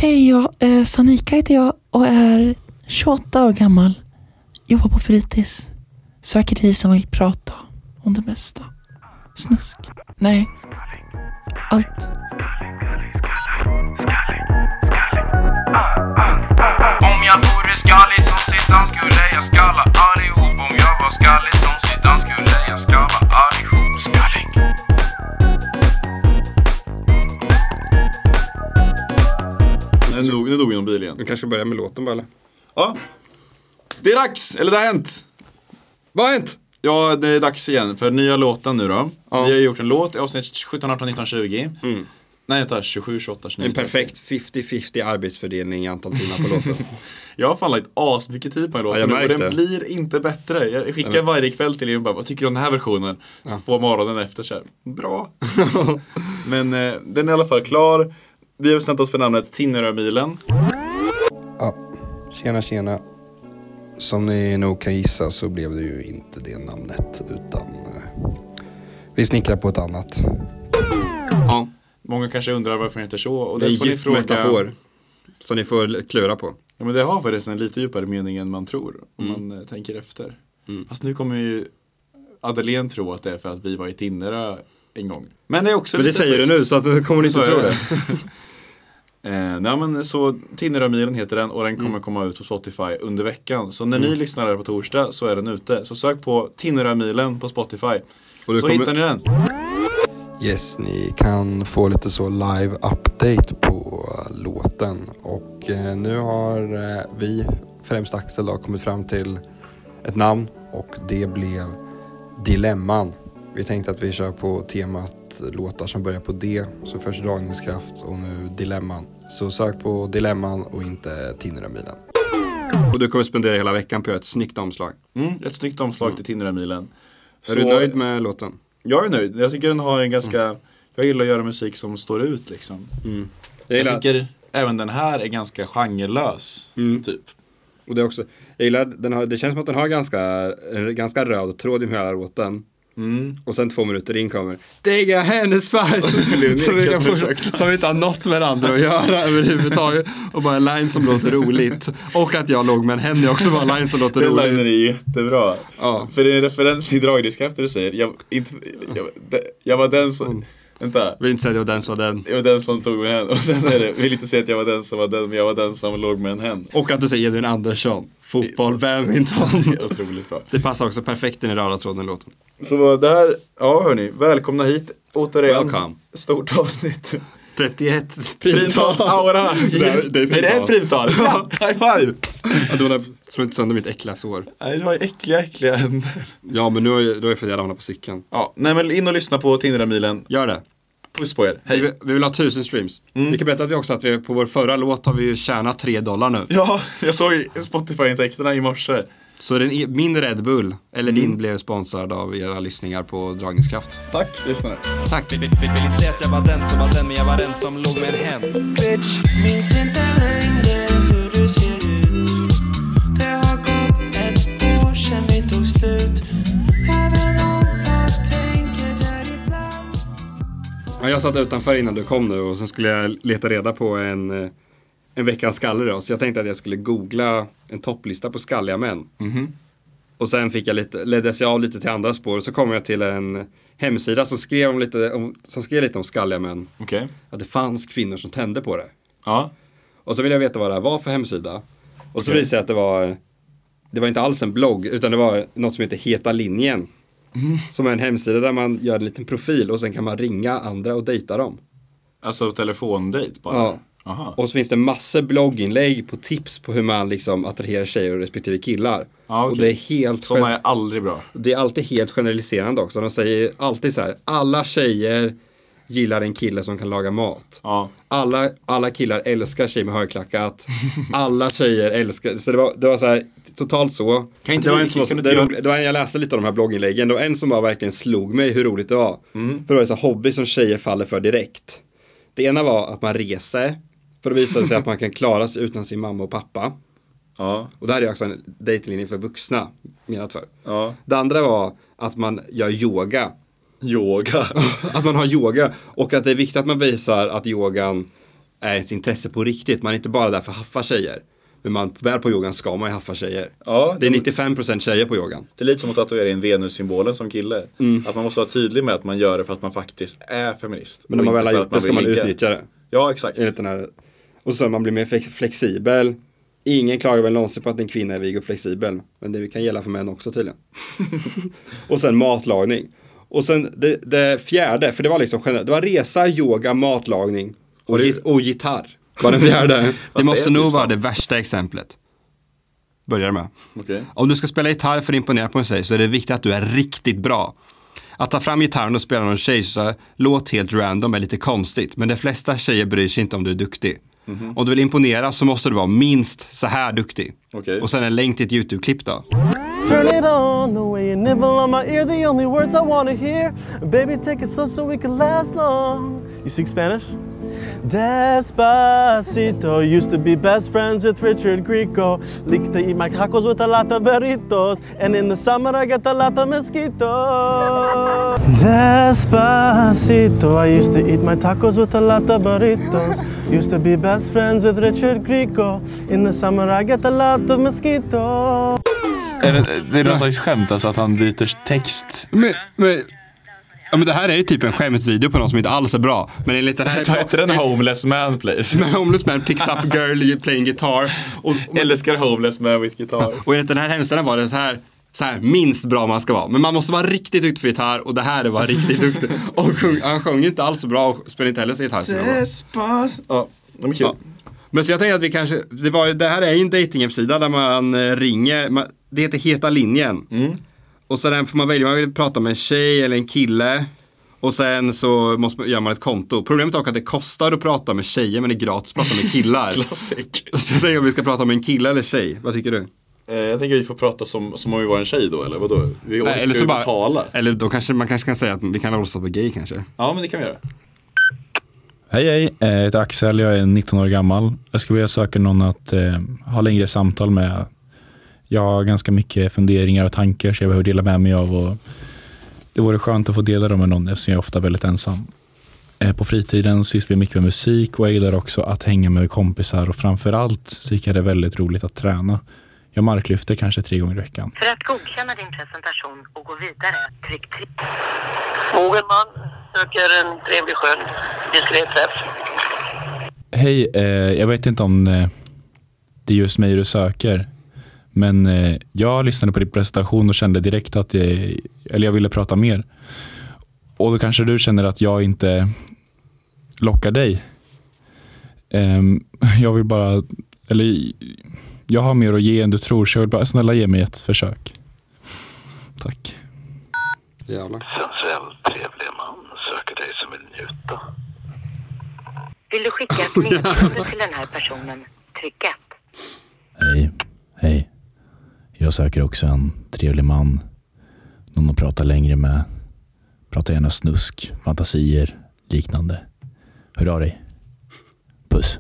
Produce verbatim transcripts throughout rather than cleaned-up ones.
Hej, jag, eh, Sanika heter jag och är tjugoåtta år gammal. Jobbar på fritids. Söker dig som vill prata om det mesta. Snusk. Nej. Allt. Om jag vore skallig som Zidane skulle jag skalla allihop. Om jag var skallig som Zidane skulle jag skalla allihop. Skallig. Nu dog, nu dog någon bil igen. Du kanske ska börja med låten bara, eller? Ja. Det är dags, eller det har hänt. Vad har hänt? Ja, det är dags igen för nya låten nu då. Ja. Vi har gjort en låt i avsnitt sjutton, arton, nitton, tjugo. Mm. Nej, det tar tjugosju, tjugoåtta, tjugonio. En perfekt femtio femtio arbetsfördelning i antal timmar på låten. Jag har fan lagt as mycket tid på en låt. Ja, jag och den märkte. blir inte bättre. Jag skickar Ja, men... varje kväll till er och bara, vad tycker du om den här versionen? Så Ja. får morgonen efter så här, bra. Men eh, den är i alla fall klar. Vi har bestämt oss för namnet Tinnerömilen. Ja, tjena tjena. Som ni nog kan gissa så blev det ju inte det namnet, utan eh, vi snickrar på ett annat. Ja, Många kanske undrar varför det heter så. Och det är det får ni djup fråga. metafor. Så ni får klura på. Ja, men det har faktiskt en lite djupare mening än man tror. Om Mm. man eh, tänker efter. Mm. Fast nu kommer ju Adeline tro att det är för att vi var i Tinnerö en gång. Men det är också Men det lite säger twist. du nu så att du kommer inte Så är tro det. det. eh, nej, men så Tinnerömilen heter den och den kommer Mm. komma ut på Spotify under veckan. Så när Mm. ni lyssnar här på torsdag så är den ute. Så sök på Tinnerömilen på Spotify. Och du Så kommer... hittar ni den. Yes, ni kan få lite så live update på uh, låten. Och uh, nu har uh, vi, främst Axel, då, kommit fram till ett namn. Och det blev Dilemman. Vi tänkte att vi kör på temat låtar som börjar på D. Så först dragningskraft och nu Dilemman. Så sök på Dilemman och inte Tinnerömilen. Och du kommer spendera hela veckan på ett snyggt omslag. Mm, ett snyggt omslag Mm. till Tinnerömilen. Är du nöjd med låten? Jag är nöjd. Jag tycker den har en ganska... Mm. Jag gillar att göra musik som står ut liksom. Mm. Jag, Jag gillar... tycker även den här är ganska genrelös, Mm. typ. Och det är också... Jag gillar... Den har... Det känns som att den har ganska, en ganska röd tråd i hela låten. Mm. Och sen två minuter in kommer Digga hennes färg som, vi kan få, som inte har något med andra att göra överhuvudtaget. Och bara en line som låter roligt. Och att jag låg med en hen är också bara en line som låter Den roligt. linen är jättebra. Ja. För det är en referens till dragningskraft du säger. Jag, inte, jag, jag, jag var den som... Mm. Vänta. Vill inte säga att det var den som var den. Jag var den som tog med en. Och sen är det, vill inte säga att jag var den som var den, men jag var den som låg med en hen. Och att du säger Edvin Andersson. Fotboll, badminton. Otroligt bra. Det passar också perfekt in i röda tråden i låten. Så det här, ja hörni, välkomna hit. Återigen, Welcome. stort avsnitt. trettioett Primtalsaura. Yes. Det är Nej, det är primtal. Ja, high five. Ja, du har smutit sönder mitt äckliga sår. Nej, det var äckliga, äckliga händer. Ja, men nu har jag, då har jag fått jävla hamna på cykeln. Ja, nej men in och lyssna på Tinnerömilen. Gör det. Puss på er. Hej. Vi, vi vill ha tusen streams. Mm. Vi kan berätta att vi också att vi på vår förra låt har vi ju tjänat tre dollar nu. Ja, jag såg Spotify-intäkterna i morse. Så den, är- min Red Bull, eller Mm. din, blev sponsrad av era lyssningar på Dragningskraft. Tack, lyssnare. Tack. Vill, vill, vill inte säga att jag var den som var den, men jag var den som låg med en hen. Bitch, minns inte längre hur du ser ut. Det har gått ett år sedan vi tog slut. Även om jag tänker där ibland. Ja, jag satt utanför innan du kom nu och sen skulle jag leta reda på en, eh, en veckans skalle då. Så jag tänkte att jag skulle googla en topplista på skalliga män. Mhm. Och sen fick jag lite, leddes jag av lite till andra spår. Och så kom jag till en hemsida som skrev, om lite, om, som skrev lite om skalliga män. Okej. Att det fanns kvinnor som tände på det. Ja. Och så ville jag veta vad det här var för hemsida. Och så Okej. visade det sig att det var, det var inte alls en blogg, utan det var något som heter Heta linjen. Mm. Som är en hemsida där man gör en liten profil och sen kan man ringa andra och dejta dem. Alltså telefondejt bara? Ja. Aha. Och så finns det massor blogginlägg på tips på hur man liksom attraherar tjejer och respektive killar. Ja, okej. Och det är helt Sådana är aldrig bra. det är alltid helt generaliserande också. De säger alltid så här: alla tjejer gillar en kille som kan laga mat. Ja. Alla, alla killar älskar tjejer med högklackat. Alla tjejer älskar. Så det var, det var så här totalt så. Kan inte det var vi- en som var, kan du det, inte var, det var en, jag läste lite av de här blogginläggen. Det var en som bara verkligen slog mig hur roligt det var. Mm. För det var så här hobby som tjejer faller för direkt. Det ena var att man reser. För det visade sig att man kan klara sig utan sin mamma och pappa. Ja. Och det här är också en dejtlinje för vuxna menat för. Ja. Det andra var att man gör yoga. Yoga. Att man har yoga. Och att det är viktigt att man visar att yogan är ett intresse på riktigt. Man är inte bara där för att haffa tjejer. Men man väl på yogan ska man ju haffa tjejer. Ja, det är nittiofem procent tjejer på yogan. Det är lite som att tatuera in Venus-symbolen som kille. Mm. Att man måste vara tydlig med att man gör det för att man faktiskt är feminist. Men när man väl har gjort det ska man ligga. Utnyttja det. Ja, exakt. Enligt den här. Och så man blir mer flexibel. Ingen klagar väl någonsin på att en kvinna är vig och flexibel. Men det kan gälla för män också tydligen. Och sen matlagning. Och sen det, det fjärde, för det var liksom det var resa, yoga, matlagning och, det... och gitarr. Var den fjärde. Det måste nog vara det värsta exemplet. Börjar med. Okay. Om du ska spela gitarr för att imponera på en tjej så är det viktigt att du är riktigt bra. Att ta fram gitarren och spela någon tjej så låt helt random är lite konstigt. Men de flesta tjejer bryr sig inte om du är duktig. Mm-hmm. Om du vill imponera så måste du vara minst så här duktig. Okay. Och sen en länk till ett YouTube-klipp då. Turn it on the way you nibble on my ear, the only words I want to hear. Baby, take it slow so we can last long. You speak Spanish? Despacito, used to be best friends with Richard Grieco. Like to eat my tacos with a lot of burritos. And in the summer I get a lot of mosquitoes. Despacito, I used to eat my tacos with a lot of burritos. Used to be best friends with Richard Grieco. In the summer I get a lot of mosquitoes. Är det, det är någon slags skämt alltså att han byter text. Men, men, ja, men det här är ju typ en skämtvideo på någon som inte alls är bra. Men enligt den här... Vad heter den? Homeless Man Plays? Homeless Man picks up girl playing guitar. Och, och, älskar Homeless Man with guitar. Och enligt den här hemsidan var det så här, så här minst bra man ska vara. Men man måste vara riktigt duktig för gitarr. Och det här är bara riktigt duktig. Och han sjöng inte alls så bra och spelade inte heller så gitarr så bra. Ja, det är kul. Ja. Men så jag tänkte att vi kanske, det, var, det här är ju en dating-hemsida där man ringer, man, det heter Heta linjen. Mm. Och sen får man välja, man vill prata med en tjej eller en kille. Och sen så måste man, gör man ett konto. Problemet är också att det kostar att prata med tjejer men det är gratis att prata med killar. Klassik. Så jag tänker om vi ska prata med en kille eller tjej, vad tycker du? Eh, jag tänker att vi får prata som, som om vi var en tjej då, eller vadå? Vi Nej, eller så bara, betala. eller då kanske man kanske kan säga att vi kan hålla oss för gay kanske. Ja, men det kan vi göra. Hej hej, jag heter Axel, jag är nitton år gammal. Jag skulle vilja söka någon att eh, ha längre samtal med. Jag har ganska mycket funderingar och tankar så jag behöver dela med mig av. Och det vore skönt att få dela dem med någon eftersom jag är ofta väldigt ensam. Eh, på fritiden sysslar jag mycket med musik och jag gillar också att hänga med kompisar. Och framförallt tycker jag det är väldigt roligt att träna. Jag marklyfter kanske tre gånger i veckan. För att godkänna din presentation och gå vidare, tryck tre. Mogelman söker en trevlig skön, diskret träff. Hej, eh, jag vet inte om eh, det är just mig du söker. Men eh, jag lyssnade på din presentation och kände direkt att jag, eller jag ville prata mer. Och då kanske du känner att jag inte lockar dig. Eh, jag vill bara, eller jag har mer att ge än du tror så jag vill bara snälla ge mig ett försök. Tack. Jävlar. Sensuell, trevlig man söker dig som vill njuta. Vill du skicka ett meddelande till den här personen? Tryck ett. Hej, hej. Jag söker också en trevlig man. Någon att prata längre med. Prata gärna snusk, fantasier, liknande. Hör av dig. Puss.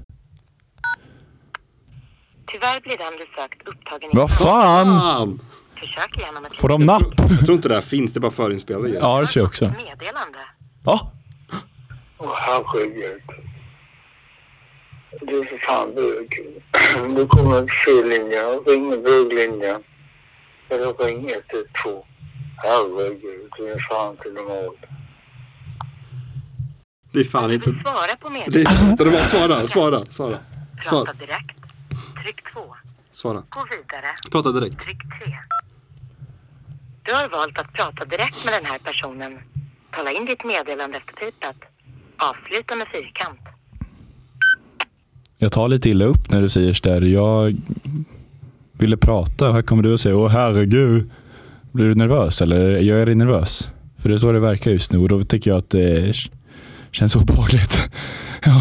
Tyvärr blir den du sökt upptagen i... Vad fan? Försök igen om ett... Får de napp? Jag tror inte det här finns, det är bara förinspelade. Ja, det tror jag också. Meddelande. Ja. Åh, herregud. Du är för fan bög. Du kommer fel linje. Ring böglinjen. Eller ring ett ett två. Herregud, du är fan till normal. Det är fan inte... Svara på meddelandet. Det är inte normalt. Svara, svara, svara. Prata direkt. Tryck två. Svara. Gå vidare. Prata direkt. Tryck tre. Du har valt att prata direkt med den här personen. Tala in ditt meddelande efter pipet. Avsluta med fyrkant. Jag tar lite illa upp när du säger så där. Jag ville prata. Här kommer du och säger, åh herregud. Blir du nervös eller? Jag är nervös. För det är så det verkar just nu. Och då tycker jag att det känns obehagligt. Ja.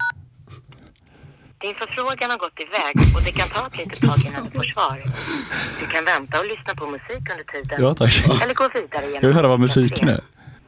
Din förfrågan har gått iväg och det kan ta ett litet tag innan du får svar. Du kan vänta och lyssna på musik under tiden. Ja, tack. Eller gå vidare genom... Jag vill höra vad musiken är.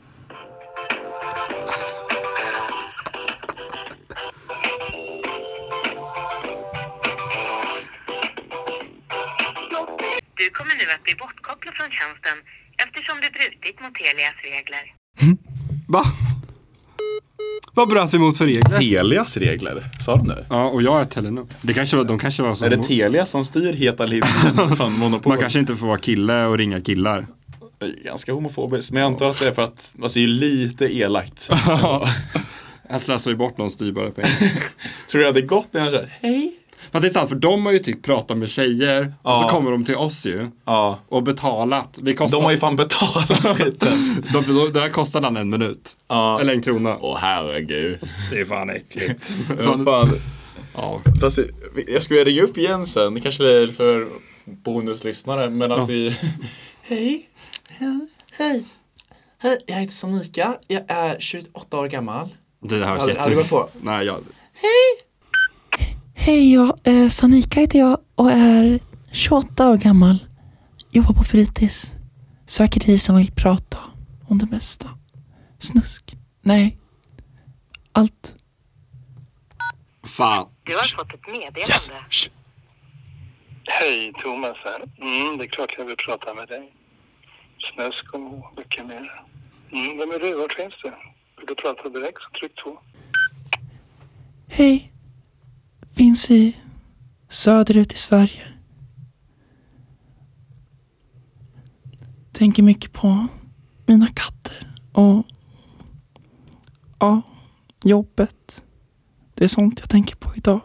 Du kommer nu att bli bortkopplad från tjänsten eftersom du brutit mot Telias regler. Va? Vad bröt vi mot för regler? Telias regler, sa de det? Ja, och jag är Telenor. Det kanske var, de kanske var så. Är det Telia som styr heta linjen? Fan, monopol. Man kanske inte får vara kille och ringa killar. Ganska homofobiskt, men jag antar att det är för att alltså, det är ju lite elakt. Han slösar ju bort någon styrbara pengar. Tror du det hade gått när jag säger hej? Fast det är sant, för de har ju typ pratat med tjejer. Ja. Och så kommer de till oss ju. Ja. Och betalat. Vi kostar... De har ju fan betalat skiten. de, de, det här kostar den en minut. Ja. Eller en krona. Åh herregud. Det är fan äckligt. Så, fan. Ja. Fast jag skulle ringa upp igen sen. Det kanske är för bonuslyssnare. Men att ja. vi... Hej. Hej. Hej. Hej. Jag heter Sanika. Jag är tjugoåtta år gammal. Det här har jag gått på. Nej, jag... Hej. Hej, jag, eh, Sanika heter jag och är tjugoåtta år gammal. Jobbar på fritids. Söker dig som vill prata om det mesta. Snusk. Nej. Allt. Fan. Du har fått ett meddelande. Yes. Hej, Thomas här. Mm, det är klart jag vill prata med dig. Snusk och mycket mer. Mm, vem är du? Vart finns du? Vill du prata direkt så tryck två. Hej. Finns i söderut i Sverige. Tänker mycket på mina katter och ja, jobbet. Det är sånt jag tänker på idag.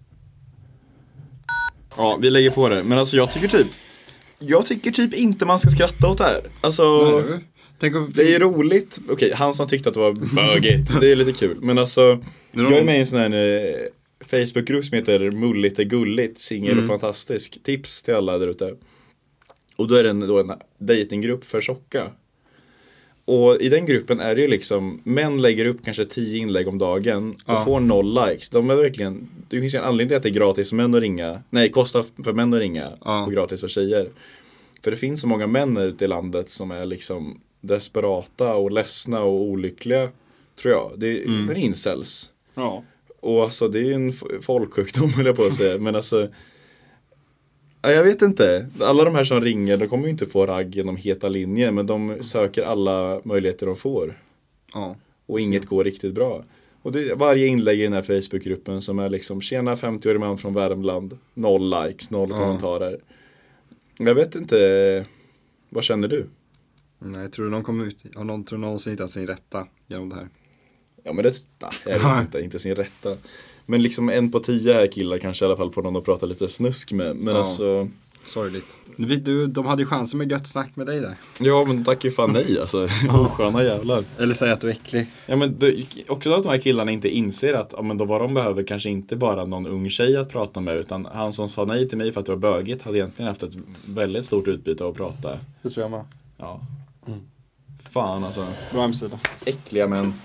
Ja, vi lägger på det. Men alltså jag tycker typ Jag tycker typ inte man ska skratta åt det här. Alltså Nej, tänk om... det är roligt. Okej, okay, han som tyckte att det var bögigt. Det är lite kul. Men alltså jag är med i en sån här eh, Facebookgrupp som heter Mulligt är gulligt, singel mm. och fantastisk. Tips till alla där ute. Och då är det en, då en datinggrupp för tjocka. Och i den gruppen är det ju liksom män lägger upp kanske tio inlägg om dagen och ja. får noll likes. De är verkligen, det finns ju en anledning till att det är gratis för män att ringa. Nej, kostar för män att ringa ja. och gratis för tjejer. För det finns så många män ute i landet som är liksom desperata och ledsna och olyckliga, tror jag. Det är mm. en incels. Ja. Och alltså det är ju en folksjukdom, höll jag på att säga. Men alltså, jag vet inte. Alla de här som ringer, de kommer ju inte få ragg genom heta linjer. Men de söker alla möjligheter de får. Ja. Och inget går riktigt bra. Och det är varje inlägg i den här Facebookgruppen som är liksom tjena femtio-årig man från Värmland. Noll likes, noll ja. kommentarer. Jag vet inte. Vad känner du? Nej, jag tror någon kommer ut. Har någon tror någonsin hittat sin rätta genom det här? Ja, men det, nej, jag vet inte, inte sin rätta. Men liksom en på tio här killar kanske i alla fall får någon att prata lite snusk med. Men ja, alltså... sorgligt. Du, de hade ju chansen med gött snack med dig där. Ja, men tack ju fan nej alltså. Osköna jävlar. Eller säga att du är äcklig. Ja, men det, också att de här killarna inte inser att ja, men då vad de behöver kanske inte bara någon ung tjej att prata med. Utan han som sa nej till mig för att det var bögigt hade egentligen haft ett väldigt stort utbyte av att prata. Det tror jag med. Ja. Mm. Fan alltså. Bra hemsida. Äckliga män.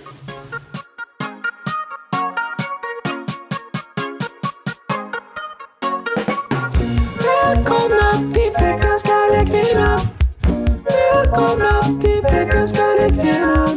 Välkomna till veckans kärlekvinna. Välkomna till veckans kärlekvinna.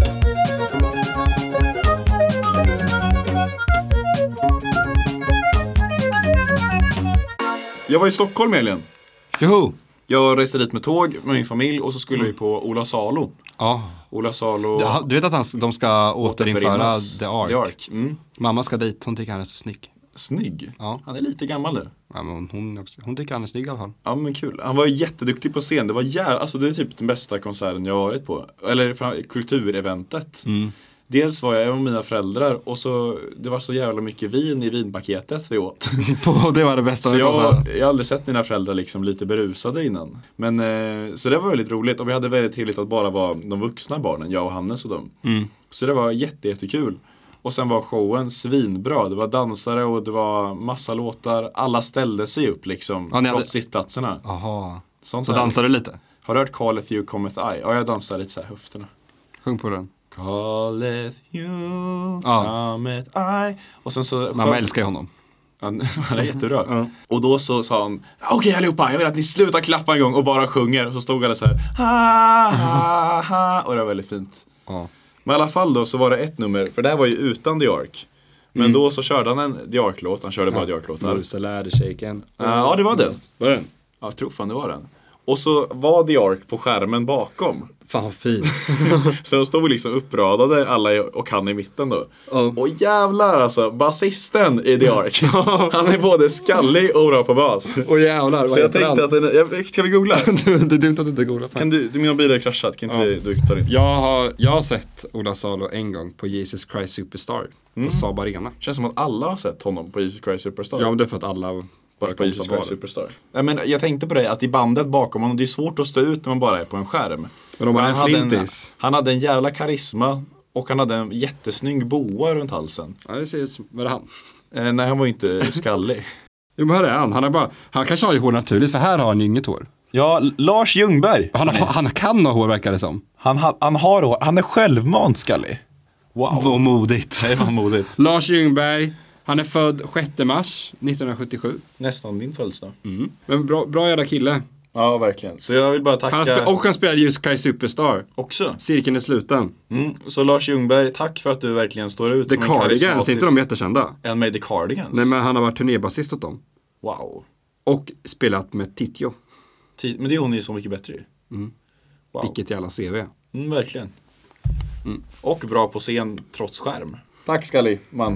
Jag var i Stockholm, Elin. Joho! Jag reste dit med tåg med min familj och så skulle mm. vi på Ola Salo. Ja. Ola Salo. Du, du vet att han, de ska återinföra The Ark. The Ark. Mm. Mamma ska dit, hon tycker han är så snygg. Snygg? Ja. Han är lite gammal nu. Ja, men hon, också, hon tycker han är snygg i alla fall. Ja, men kul. Han var jätteduktig på scen. Det var jä- alltså det är typ den bästa konserten jag har varit på. Eller kultureventet. Mm. Dels var jag med mina föräldrar och så det var så jävla mycket vin i vinpaketet vi åt. På, det var det bästa. Så jag, jag har aldrig sett mina föräldrar liksom lite berusade innan. Men eh, så det var väldigt roligt och vi hade väldigt trevligt att bara vara de vuxna barnen, jag och Hannes och dem. Mm. Så det var jätte, jättekul. Och sen var showen svinbra. Det var dansare och det var massa låtar. Alla ställde sig upp liksom. Ja, trots hade... sittplatserna. Jaha. Sånt så dansade du lite? Har du hört Calleth You Cometh I? Ja, jag dansar lite så här höfterna. Sjung på den. Calleth You ja. Cometh I. Och sen så... Mamma sjön... älskar ju honom. Han är jättebra. Mm. Och då så sa han, okej okay, allihopa, jag vill att ni slutar klappa en gång och bara sjunger. Och så stod alla så här, ha, ha, ha. Och det var väldigt fint. Ja. Men i alla fall då så var det ett nummer, för det här var ju utan The Ark. Men mm. då så körde han en The Ark-låt, han körde ja. bara The Ark-låtar. Bruce lärde shaken. Uh, ja, det var den. Var den? Ja, jag tror fan det var den. Och så var The Ark på skärmen bakom. Fan vad fint. Så de stod liksom uppradade alla och han i mitten då. Oh. Och jävlar alltså, basisten i The Ark. Han är både skallig och bra på bas. Och jävlar, så jag tänkte han? att den, jag, ska vi googla? Det är dumt att du inte googlar. Kan du, du min mobil är kraschat, kan inte ja. du ta in? Jag har, jag har sett Ola Salo en gång på Jesus Christ Superstar mm. på Saab Arena. Känns som att alla har sett honom på Jesus Christ Superstar. Ja, men det är för att alla bara på Jesus Christ Superstar. Ja, men jag tänkte på det, att i bandet bakom honom, det är svårt att stå ut när man bara är på en skärm. Men om man är flintis. Han hade en jävla karisma och han hade en jättesnygg boa runt halsen. Ja, det ser ut som, var det han? Eh, nej, han var ju inte skallig. Jo, men här är han. Han, är bara, han kanske har ju hår naturligt, för här har han ju inget hår. Ja, Lars Ljungberg. Han, han kan ha hår, verkar det som. Han, han, han har hår. Han är självmant skallig. Wow. Vad modigt. Det var modigt. Lars Ljungberg. Han är född sjätte mars nittonhundrasjuttiosju. Nästan din födelsedag. Mm. Men bra, bra jävla kille. Ja, verkligen. Så jag vill bara tacka. Han, och han spelar just Christ Superstar. Också. Cirkeln är sluten. Mm. Så Lars Ljungberg, tack för att du verkligen står ut. The som Cardigans, är inte de jättekända? En med The Cardigans. Nej, men han har varit turnébasist åt dem. Wow. Och spelat med Titjo. T- men det är hon ju så mycket bättre. Mm. Wow. Vilket jävla C V. Mm, verkligen. Mm. Och bra på scen trots skärm. Tack Skalli, man.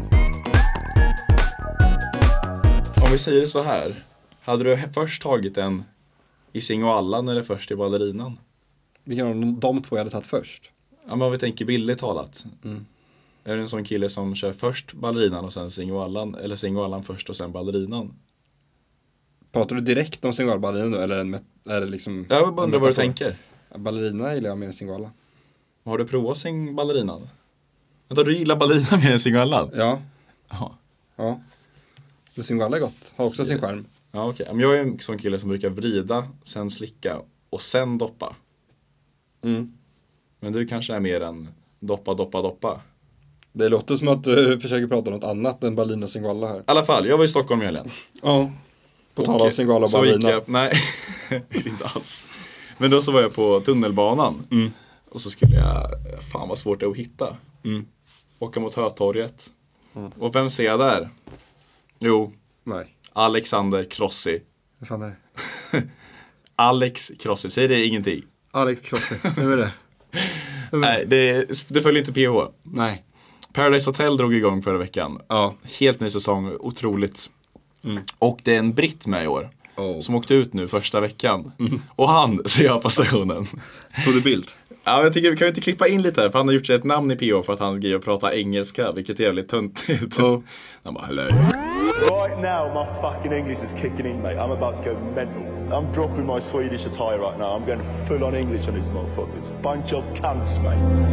Om vi säger det så här. Hade du först tagit en i Sing och Allan eller först i Ballerinan? Vilken av de två jag hade tagit först? Ja, men om vi tänker billigt talat. Mm. Är det en sån kille som kör först Ballerinan och sen Sing och Allan? Eller Sing och Allan först och sen Ballerinan? Pratar du direkt om Sing och Allan Ballerinan då? Eller är det, är det liksom... Jag undrar vad du tänker. Ballerina gillar jag mer än Sing och Allan. Har du provat Sing Ballerinan? Vänta, du gillar Ballerinan mer än Sing och Allan? Ja. Jaha. Ja. Men Sing och Allan är gott. Har också sin skärm. Ja, okej. Okay. Jag är en sån kille som brukar vrida, sen slicka och sen doppa. Mm. Men du kanske är mer än doppa, doppa, doppa. Det låter som att du försöker prata om något annat än Berlin och Singala här. I alla fall, jag var i Stockholm i helgen. Ja. På tal om Singala och Berlin. Nej, inte alls. Men då så var jag på tunnelbanan. Mm. Och så skulle jag, fan vad svårt det är att hitta. Mm. Åka mot Hötorget. Mm. Och vem ser jag där? Jo. Nej. Alexander Krossi. Vad fan är det? Alex Krossi, säger det ingenting? Alex Krossi, vem är det? Nej, det, det följer inte P H. Nej. Paradise Hotel drog igång förra veckan. Ja. Helt ny säsong, otroligt. Mm. Och det är en britt med i år. Oh. Som åkte ut nu första veckan. Mm. Och han ser jag på stationen. Tog du bild? Ja, jag tycker, kan vi inte klippa in lite här? För han har gjort sig ett namn i P H för att han ska prata engelska. Vilket är jävligt töntigt. Oh. Han bara, hello. Right now my fucking English is kicking in, mate. I'm about to go mental. I'm dropping my Swedish attire right now. I'm going full on English on these motherfuckers. Bunch of cunts, mate.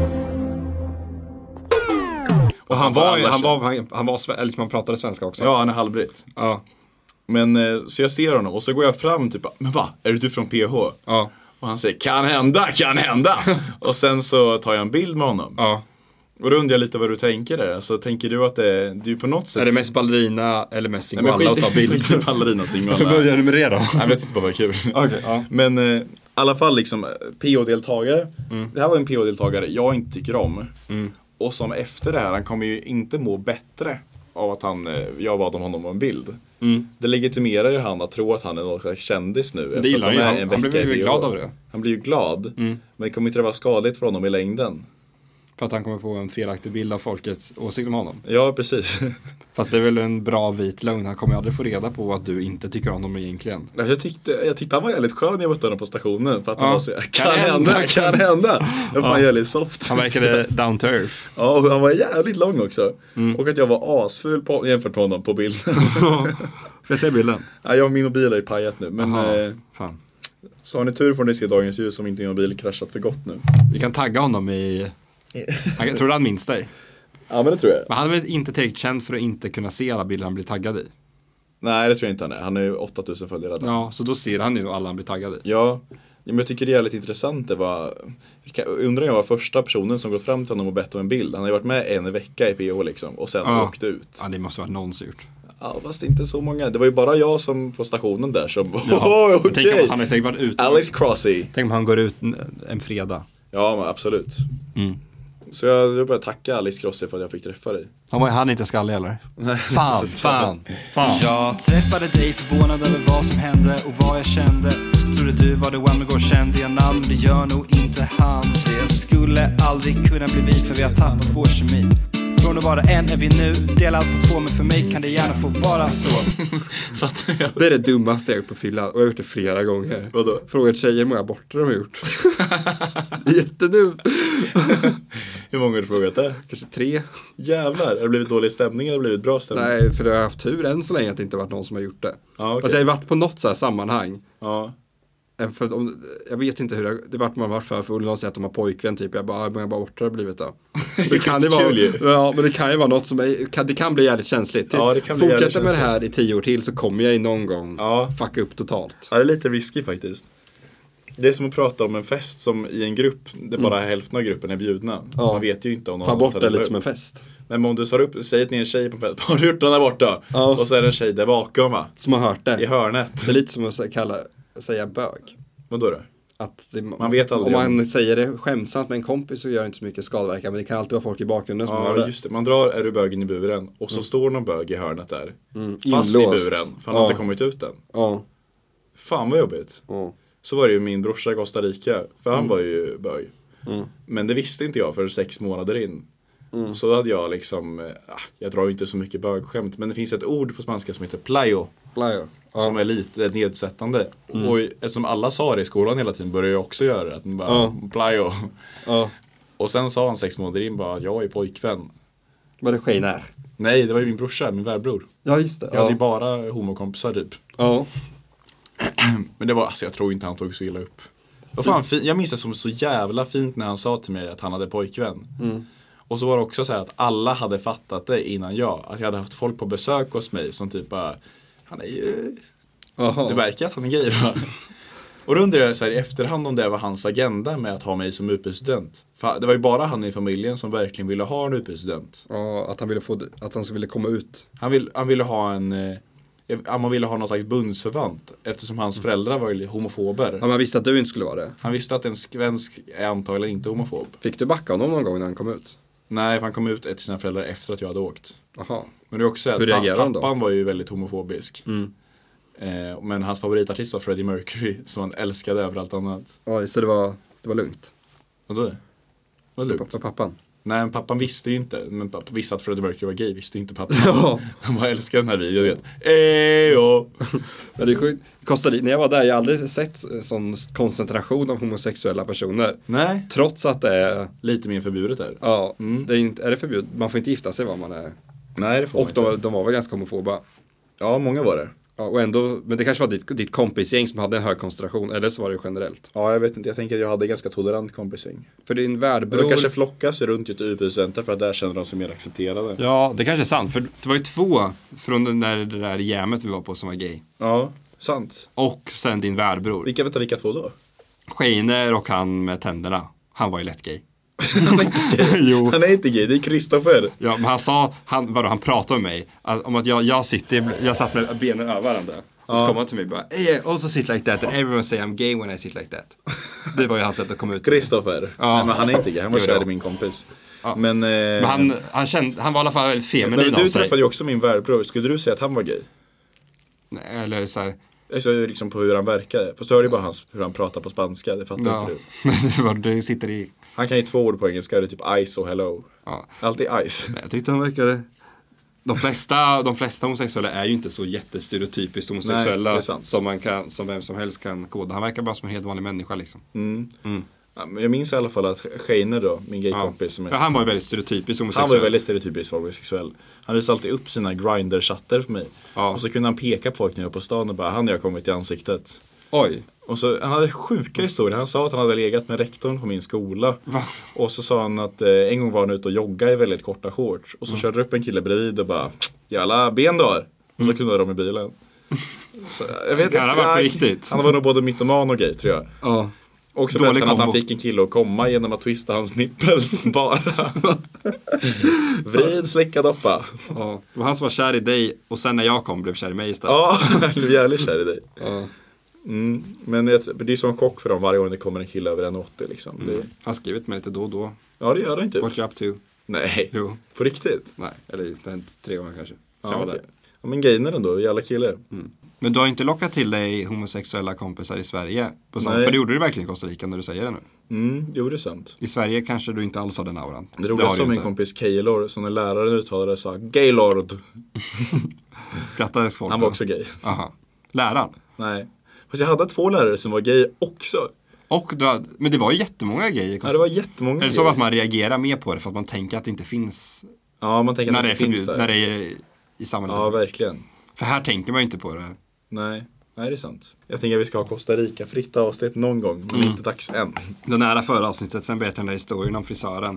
Och han var, han var, han, han var, eller liksom han pratade svenska också. Ja, han är halvbritt. Ja. Men så jag ser honom och så går jag fram typ, men va? Är du från P H? Ja. Och han säger, kan hända, kan hända. Och sen så tar jag en bild med honom. Ja. Och då undrar jag lite vad du tänker där. Alltså tänker du att det, du på något sätt... Är det mest ballerina eller mest Singala att ta bild? Inte ballerina, Singala. Varför börjar du med det då? Jag vet inte vad var kul. Okay, ja. Men eh, i alla fall liksom P O-deltagare. Mm. Det här var en P O-deltagare jag inte tycker om. Mm. Och som efter det här, han kommer ju inte må bättre av att han, jag bad om honom om en bild. Mm. Det legitimerar ju han att tro att han är någon slags kändis nu. Det gillar han. Han, han blir ju glad av det. Han blir ju glad. Mm. Men det kommer inte vara skadligt för honom i längden. För att han kommer få en felaktig bild av folkets åsikt om honom. Ja, precis. Fast det är väl en bra vit lögn. Han kommer aldrig få reda på att du inte tycker om honom egentligen. Jag tyckte, jag tyckte han var jävligt skön när jag mötte honom på stationen. För att ja. han var så, kan, kan hända, hända, kan hända. Det var fan ja. jävligt soft. Han verkade down to earth. Ja, och han var jävligt lång också. Mm. Och att jag var asful på, jämfört med honom på bilden. Får jag se bilden? Ja, jag, min mobil är ju pajat nu. Men eh, fan. Så har ni tur får ni se dagens ljus om inte min mobil kraschat för gott nu. Vi kan tagga honom i... Jag tror han minns dig. Ja, men det tror jag. Men han är väl inte tillräckligt känd för att inte kunna se alla bilder han blir taggad i. Nej, det tror jag inte han är. Han är ju åtta tusen följare redan. Ja, så då ser han ju alla han blir taggad i. Ja, men jag tycker det är jävligt intressant. Det var... Undrar jag var första personen som gått fram till honom och bett om en bild. Han har ju varit med en vecka i P H liksom. Och sen ja. åkt ut. Ja, det måste vara någonsin gjort. Ja, fast inte så många. Det var ju bara jag som på stationen där som... Ja, oh, okej. Okay. Han är säkert varit ute. Alex Crossy. Tänk om han går ut en fredag. Ja, men absolut. Mm. Så jag, jag bara tacka Alice Crosser för att jag fick träffa dig. Han var han inte skallig eller? Nej, fan, fan, fan. Jag träffade dig förvånad över vad som hände och vad jag kände. Trodde du var the one me går, kände jag namn, det gör nog inte han. Det skulle aldrig kunna bli vi, för vi har tappat vår kemi. Från att vara en är vi nu, dela allt på två, men för mig kan det gärna få vara så. Det är det dummaste jag gjort på fylla, och jag har gjort det flera gånger. Vadå? Frågat tjejer hur många aborter de har gjort. Jättedumt. Hur många har du frågat det? Kanske tre. Jävlar, har det blivit dålig stämning eller har det blivit bra stämning? Nej, för jag har haft tur än så länge att det inte varit någon som har gjort det. Ja, okay. Alltså jag har varit på något så här sammanhang. Ja. För att om, jag vet inte hur det, det vart man varit för, för Olle säger att de har pojkvän typ. Jag bara, hur många aborter har blivit då? Det kan ju vara, ja, men det kan ju vara något som är, kan, det kan bli jävligt känsligt. Ja, det kan bli Fortsätter jävligt med det känsligt. här i tio år till så kommer jag i någon gång ja. fucka upp totalt. Ja, det är lite risky faktiskt. Det är som att prata om en fest som i en grupp, det bara mm. hälften av gruppen är bjudna. Ja. Man vet ju inte om någon har bort det lite som en fest. Men om du tar upp, säger till en tjej på en fest, har du gjort den där borta? Ja. Och så är det en tjej där bakom, va? Som har hört det. I hörnet. Det är lite som att kalla, säga bög. Vadå då? Att det, man vet aldrig. Om man om... säger det skämsamt med en kompis så gör det inte så mycket skadeverkan. Men det kan alltid vara folk i bakgrunden som ja, hör det. Just det. Man drar, är du bögen i buren och så mm. står någon bög i hörnet där. Mm. Fast inlåst. i buren, för han ja. har inte kommit ut än. Ja. Fan vad jobbigt. Ja. Så var det ju min brorsa i Costa Rica. För han mm. var ju bög. Mm. Men det visste inte jag för sex månader in. Mm. Så hade jag liksom, äh, jag drar ju inte så mycket bögskämt. Men det finns ett ord på spanska som heter playo. Playo. Ja. Som är lite nedsättande. Mm. Och eftersom alla sa det i skolan hela tiden började jag också göra det. Att man bara, ja. playo. Ja. Och sen sa han sex månader in bara, jag är pojkvän. Var det Skejnär? Nej, det var ju min brorsa, min värbror. Ja, just det. Jag ja. hade ju bara homokompisar typ. Ja. Men det var, alltså jag tror inte han tog så illa upp. Och fan, fin- jag minns det som så jävla fint när han sa till mig att han hade pojkvän. Mm. Och så var det också så här att alla hade fattat det innan jag. Att jag hade haft folk på besök hos mig som typ bara, han är ju... Aha. Det verkar att han är gay, va? Och då undrar jag så här i efterhand om det var hans agenda med att ha mig som utbytesstudent. För det var ju bara han i familjen som verkligen ville ha en utbytesstudent. Ja, att han ville få att han ville komma ut. Han, vill, han ville ha en... Eh, man ville ha någon slags bundsförvant. Eftersom hans föräldrar var ju homofober. Ja, man visste att du inte skulle vara det. Han visste att en svensk är antagligen inte homofob. Fick du backa honom någon gång när han kom ut? Nej, för han kom ut till sina föräldrar efter att jag hade åkt. Aha. Men det är också att hur reagerade han då? Pappan var ju väldigt homofobisk. Mm. Eh, men hans favoritartist var Freddie Mercury, som han älskade över allt annat. Oj, så det var, det var lugnt? Vadå? Vad lugnt? För pappan? Nej, men pappan visste ju inte. Men pappan visste att Freddie Mercury var gay, visste inte pappan. Ja. Han bara älskade den här videon, vet. Ejo! Men det är sjukt. Costa Rica, när jag var där, jag har aldrig sett sån koncentration av homosexuella personer. Nej. Trots att det är... Lite mer förbjudet där. Ja, mm. det är, inte, är det förbjudet? Man får inte gifta sig vad man är. Nej, det får Och man de, inte. de var väl ganska homofoba. Ja, många var det. Ja, och ändå, men det kanske var ditt, ditt kompisgäng som hade en hög koncentration, eller så var det generellt. Ja, jag vet inte, jag tänker att jag hade ganska tolerant kompisgäng. För din värdbror... De kanske flockas runt ett U P-studenter för att där känner de sig mer accepterade. Ja, det kanske är sant, för det var ju två från den där, det där jämet vi var på som var gay. Ja, sant. Och sen din värdbror. Vilka, vänta, vilka två då? Scheiner och han med tänderna. Han var ju lätt gay. Han är inte gay. Jo. Han är inte gay, det är Kristoffer. Ja, men han sa, han, vadå, han pratade med mig att, om att jag, jag sitter, jag satt med benen över varandra. Och så kom han till mig och bara, hey, also sit like that and everyone say I'm gay when I sit like that. Det var ju hans sätt att komma ut. Kristoffer. Ja. Nej, men han är inte gay, han var kär i min kompis. Ja. Men, eh, men han, han, kände, han var i alla fall väldigt feminin av sig. Men du träffade ju också min värbror, skulle du säga att han var gay? Nej, eller så här... Alltså liksom på hur han verkade. För så är det bara hans, hur han pratar på spanska, det fattar ja. inte du. det, var, det sitter i... Han kan ju två ord på engelska, det är typ ice och hello. Ja. Alltid ice. Jag tyckte han verkade... De flesta, de flesta homosexuella är ju inte så jättestereotypiskt homosexuella. Nej, som, man kan, som vem som helst kan koda. Han verkar bara som en helt vanlig människa liksom. Mm. Mm. Ja, men jag minns i alla fall att Scheiner då, min gaykompis. Ja. Som är, ja, han var ju väldigt stereotypisk homosexuell. Han var ju väldigt stereotypisk homosexuell. Han visade alltid upp sina Grindr-chatter för mig. Ja. Och så kunde han peka på folk när jag var på stan och bara, han har jag kommit i ansiktet. Oj. Och så, han hade sjuka historier. Han sa att han hade legat med rektorn på min skola. Va? Och så sa han att eh, en gång var han ute och joggade i väldigt korta shorts. Och så mm. körde upp en kille bredvid och bara, jävla ben då. Och så mm. kunde de i bilen. Så, jag vet inte. Han var på riktigt. Han var nog både mytoman och gay, tror jag. Ja. Och så berättade han att han fick en kille att komma genom att twista hans nippels bara. Vrid, slicka, doppa. Ja. Det var han som var kär i dig och sen när jag kom blev kär i mig istället. Ja, han blev jävligt kär i dig. Ja. Mm, men det är ju sån chock för dem varje gång det kommer en kille över en åttio liksom. Mm. Det... Han har skrivit mig lite då och då. Ja, det gör han inte. What you up to? Nej, jo. På riktigt? Nej, eller det har hänt tre gånger kanske. Ja, var okay. Ja, men gainer ändå, jävla killar. Mm. Men du har inte lockat till dig homosexuella kompisar i Sverige? På sånt, för det gjorde du verkligen i Costa Rica när du säger det nu. Mm, jo det är sant. I Sverige kanske du inte alls har den auran. Det roliga som min kompis Keylor, som när läraren uttalade sa Gaylord. Skrattades folk? Han var också gay. Aha. Läraren? Nej. Fast jag hade två lärare som var gay också. Och du hade, men det var ju jättemånga gay. Ja, det var jättemånga. Eller så att man reagerar mer på det för att man tänker att det inte finns. Ja, man tänker att när det inte finns finns där. När det är i samhället. Ja, verkligen. För här tänker man ju inte på det. Nej, nej det är sant. Jag tänker att vi ska ha Costa Rica fritt avsnitt någon gång, men mm. inte dags än. Det nära förra avsnittet, sen berättade den där historien om frisören.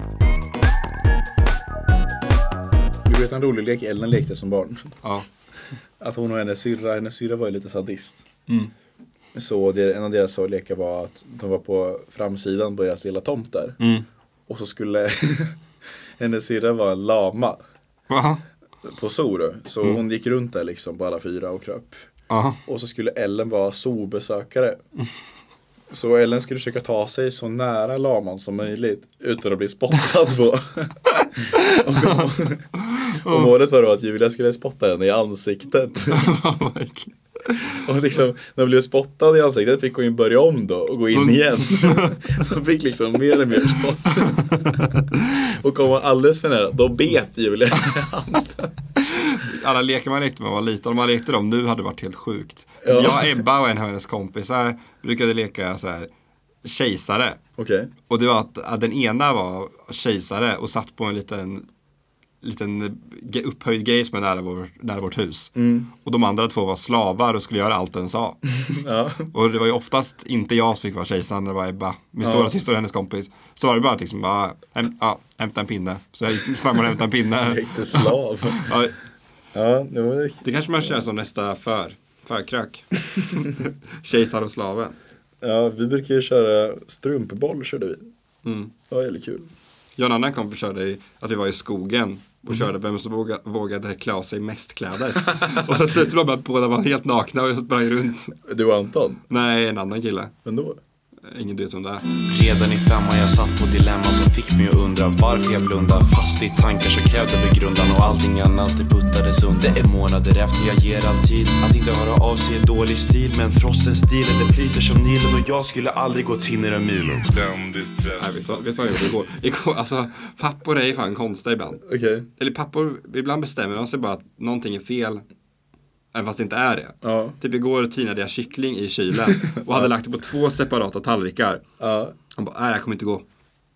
Du vet en rolig lek Ellen lekte som barn. Ja. Att hon och hennes syrra, hennes syrra var ju lite sadist. Mm. Så det, en av deras lekar var att de var på framsidan på deras lilla tomt där. Mm. Och så skulle hennes syrra vara en lama. Aha. På zoo. Så mm. hon gick runt där liksom på alla fyra och kröp. Aha. Och så skulle Ellen vara zoobesökare. Mm. Så Ellen skulle försöka ta sig så nära laman som möjligt utan att bli spottad på. och, och målet var då att Julia skulle spotta henne i ansiktet. Och liksom, när hon blev spottad i ansiktet fick hon ju börja om då och gå in igen. Hon fick liksom mer och mer spott. Och kom hon alldeles för nära, då bet Julia. Alla lekar man lekte med var lite, om man lekte dem nu hade det varit helt sjukt. Ja. Jag, Ebba och en av hennes kompisar brukade leka så här kejsare. Okej. Okay. Och det var att, att den ena var kejsare och satt på en liten liten upphöjd grej som är nära, vår, nära vårt hus. Mm. Och de andra två var slavar och skulle göra allt den sa. Ja. Och det var ju oftast inte jag som fick vara kejsaren, det var Ebba. Min ja. stora syster och hennes kompis. Så var det bara att liksom, bara, häm, ja, hämta en pinne. Så jag sprang och hämta en pinne. Riktigt slav. Ja. Ja, det, var det kanske man kör som nästa för, förkrök. Kejsar och slaven. Ja, vi brukar ju köra strumpboll, körde vi. Mm. Det var väldigt kul. Jag och en annan kompis körde i, att vi var i skogen och mm. körde vem som vågade, vågade klä av sig mest kläder. Och sen slutade de med att båda var helt nakna och sprang runt. Du och Anton? Nej, en annan kille. Men då? Ingen vet om det är. Redan i femman jag satt på dilemma som fick mig att undra varför jag blundar. Fast i tankar så krävde begrundan och allting annat det puttades under. Det är månader efter jag ger all tid. Att inte höra av sig är dålig stil, men trots en stil det flyter som Nilen och jag skulle aldrig gå till några milen. Ständigt press. Nej, vet du vet vad jag gjorde igår? igår? Alltså, pappor är fan konstiga ibland. Okej. Okay. Eller pappor, ibland bestämmer de sig bara att någonting är fel. Även fast det inte är det. Ja. Typ igår tinade jag kyckling i kylen och hade lagt det på två separata tallrikar. Ja. Han bara, nej jag kommer inte gå.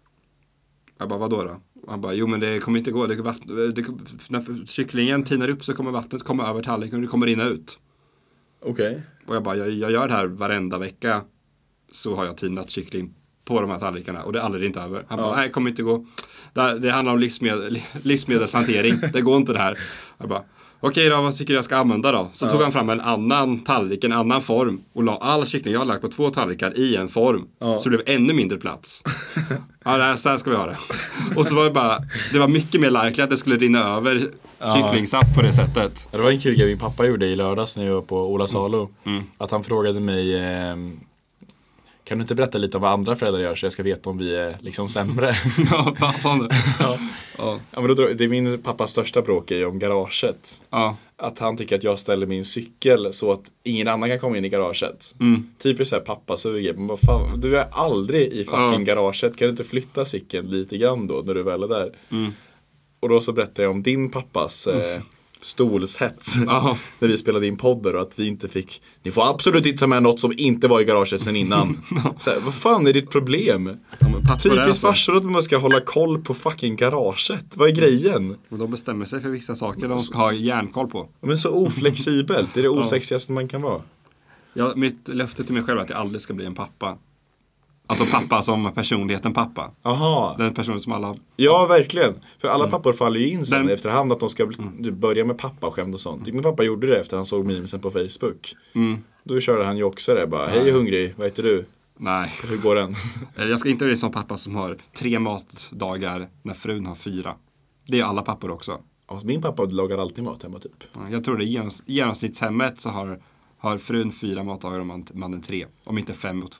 Jag bara, vadå då? Han bara, jo men det kommer inte gå. Det, vatten, det, när kycklingen tinar upp så kommer vattnet komma över tallriken och det kommer rinna ut. Okej. Okay. Och jag bara, jag, jag gör det här varenda vecka. Så har jag tinat kyckling på de här tallrikarna och det är aldrig inte över. Han ja. bara, nej det kommer inte gå. Det, det handlar om livsmedel, livsmedelshantering. Det går inte det här. Jag bara, okej då, vad tycker jag ska använda då? Så ja. tog han fram en annan tallrik, en annan form och la all kyckling jag har lagt på två tallrikar i en form. Ja. Så det blev ännu mindre plats. Ja, det här, så här ska vi ha det. Och så var det bara, det var mycket mer likely att det skulle rinna över ja. kycklingsaft på det sättet. Ja, det var en kul grej min pappa gjorde i lördags när jag var på Ola Salo. Mm. Mm. Att han frågade mig, eh, kan du inte berätta lite om vad andra föräldrar gör så jag ska veta om vi är liksom sämre? Ja, pappan. Ja. Ja. Ja, men då, det är min pappas största bråk är om garaget. Ja. Att han tycker att jag ställer min cykel så att ingen annan kan komma in i garaget. Mm. Typiskt såhär pappa suger. Men vad fan, du är aldrig i fucking ja. garaget. Kan du inte flytta cykeln lite grann då när du väl är där? Mm. Och då så berättar jag om din pappas eh, stolshets. Ja. När vi spelade in podder och att vi inte fick, ni får absolut inte ta med något som inte var i garaget sen innan. Så här, vad fan är ditt problem? Ja, typiskt farsor att man ska hålla koll på fucking garaget. Vad är grejen? Men de bestämmer sig för vissa saker de ska ha järnkoll på. Men så oflexibelt, det är det osexigaste man kan vara. Ja, mitt löfte till mig själv är att jag aldrig ska bli en pappa. Alltså pappa som personligheten pappa. Aha. Den personen som alla har. Ja, verkligen. För alla mm. pappor faller ju in sen Den... efterhand att de ska mm. börja med pappaskämt och sånt. Min pappa gjorde det efter han såg memesen på Facebook. Mm. Då körde han ju också det. Bara, hej hungrig, vad heter du? Nej. Hur går den? Jag ska inte bli som pappa som har tre matdagar när frun har fyra. Det är alla pappor också. Alltså, min pappa lagar alltid mat hemma typ. Jag tror det i genoms- genomsnittshemmet så har, har frun fyra matdagar och man, mannen tre. Om inte fem och två.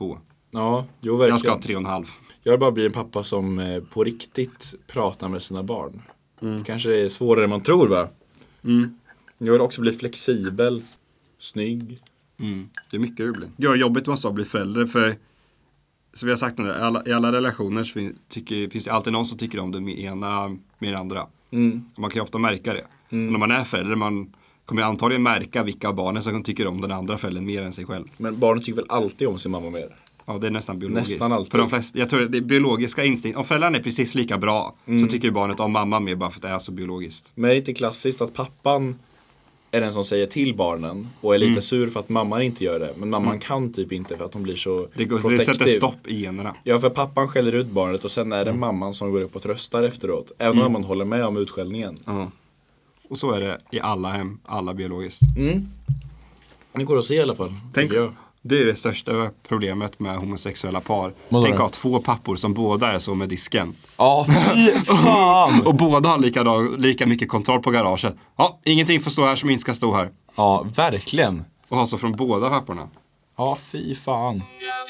Ja, jo verkligen. Jag ska ha tre och en halv. Jag vill bara bli en pappa som eh, på riktigt pratar med sina barn. Mm. Det kanske är svårare än man tror, va? Mm. Jag vill också bli flexibel, snygg. Mm. Det är mycket roligt. Ja, jobbigt måste vara att bli förälder, för som vi har sagt nu, i alla, i alla relationer så fin, tycker, finns det alltid någon som tycker om det ena med det andra. Mm. Man kan ju ofta märka det. Mm. Och när man är förälder, man kommer antagligen märka vilka av barnen som tycker om den andra föräldern mer än sig själv. Men barnen tycker väl alltid om sin mamma mer? Ja, det är nästan biologiskt. Nästan alltid. För de flesta, jag tror det är biologiska instinkt. Om föräldrarna är precis lika bra Mm. så tycker ju barnet om mamma mer bara för att det är så biologiskt. Men är det inte klassiskt att pappan är den som säger till barnen och är lite Mm. sur för att mamman inte gör det. Men mamman Mm. kan typ inte för att hon blir så Det, går, det protective. sätter stopp i generna. Ja, för pappan skäller ut barnet och sen är det mamman som går upp och tröstar efteråt. Även Mm. om man håller med om utskällningen. Ja. Och så är det i alla hem, alla biologiskt. Mm. Det går att se i alla fall. Tänk, jag. det är det största problemet med homosexuella par. Vadå Tänk då? att ha två pappor som båda är så med disken. Ja, fy fan! Och båda har lika, lika mycket kontroll på garaget. Ja, ingenting får stå här som inte ska stå här. Ja, verkligen. Och ha så från båda papporna. Ja, fy fan.